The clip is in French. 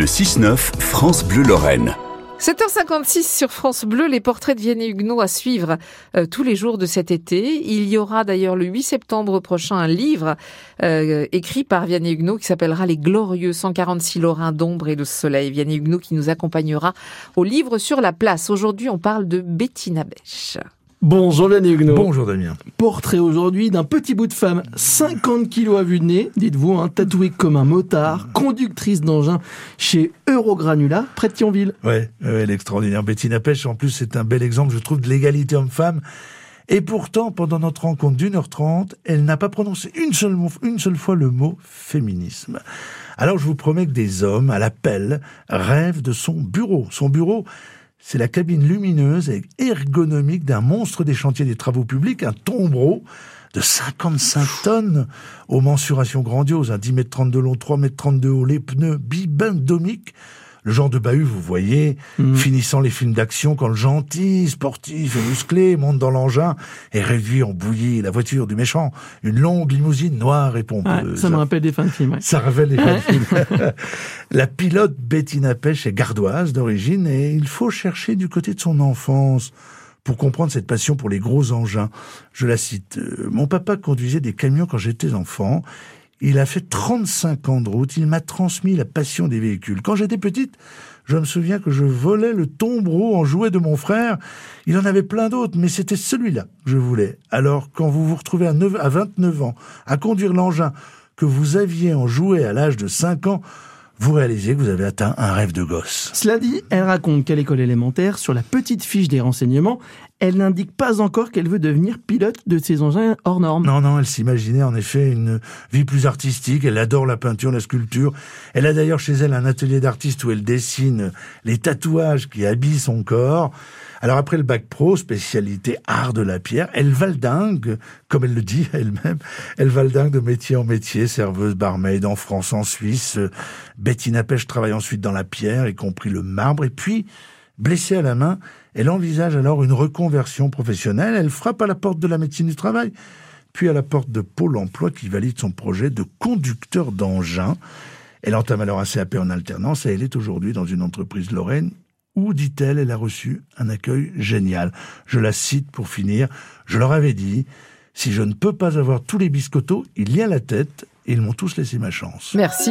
6-9, France Bleu Lorraine. 7h56 sur France Bleu, les portraits de Vianney Huguenot à suivre tous les jours de cet été. Il y aura d'ailleurs le 8 septembre prochain un livre écrit par Vianney Huguenot qui s'appellera Les Glorieux 146 Lorrains d'ombre et de soleil. Vianney Huguenot qui nous accompagnera au livre sur la place. Aujourd'hui, on parle de Bettina Bèche. Bonjour Vianney Huguenot. Bonjour Damien. Portrait aujourd'hui d'un petit bout de femme, 50 kilos à vue de nez, dites-vous, tatouée comme un motard, conductrice d'engin chez Eurogranula, près de Thionville. Ouais, elle est extraordinaire. Bettina Bèche, en plus, c'est un bel exemple, je trouve, de l'égalité homme-femme. Et pourtant, pendant notre rencontre d'1h30, elle n'a pas prononcé une seule fois le mot féminisme. Alors je vous promets que des hommes, à l'appel, rêvent de son bureau. Son bureau, c'est la cabine lumineuse et ergonomique d'un monstre des chantiers des travaux publics, un tombereau de 55 tonnes aux mensurations grandioses, 10,30 m de long, 3,30 m de haut, les pneus bibendomiques, le genre de bahut, vous voyez, finissant les films d'action quand le gentil, sportif et musclé monte dans l'engin et réduit en bouillie la voiture du méchant, une longue limousine noire et pompeuse. Ouais, ça me rappelle des fins de films. Ouais. Ça rappelle des fins de films. La pilote Bettina Bèche est gardoise d'origine et il faut chercher du côté de son enfance pour comprendre cette passion pour les gros engins. Je la cite. Mon papa conduisait des camions quand j'étais enfant. Il a fait 35 ans de route, il m'a transmis la passion des véhicules. Quand j'étais petite, je me souviens que je volais le tombereau en jouet de mon frère. Il en avait plein d'autres, mais c'était celui-là que je voulais. Alors, quand vous vous retrouvez à 29 ans à conduire l'engin que vous aviez en jouet à l'âge de 5 ans, vous réalisez que vous avez atteint un rêve de gosse. Cela dit, elle raconte qu'à l'école élémentaire, sur la petite fiche des renseignements, elle n'indique pas encore qu'elle veut devenir pilote de ces engins hors normes. Non, elle s'imaginait en effet une vie plus artistique. Elle adore la peinture, la sculpture. Elle a d'ailleurs chez elle un atelier d'artiste où elle dessine les tatouages qui habillent son corps. Alors après le bac pro, spécialité art de la pierre, elle valdingue, comme elle le dit elle-même, elle valdingue de métier en métier, serveuse, barmaid en France, en Suisse. Bettina Bèche travaille ensuite dans la pierre, y compris le marbre, et puis, blessée à la main, elle envisage alors une reconversion professionnelle. Elle frappe à la porte de la médecine du travail, puis à la porte de Pôle emploi qui valide son projet de conducteur d'engin. Elle entame alors un CAP en alternance et elle est aujourd'hui dans une entreprise lorraine où, dit-elle, elle a reçu un accueil génial. Je la cite pour finir. Je leur avais dit, si je ne peux pas avoir tous les biscottos, il y a la tête et ils m'ont tous laissé ma chance. Merci.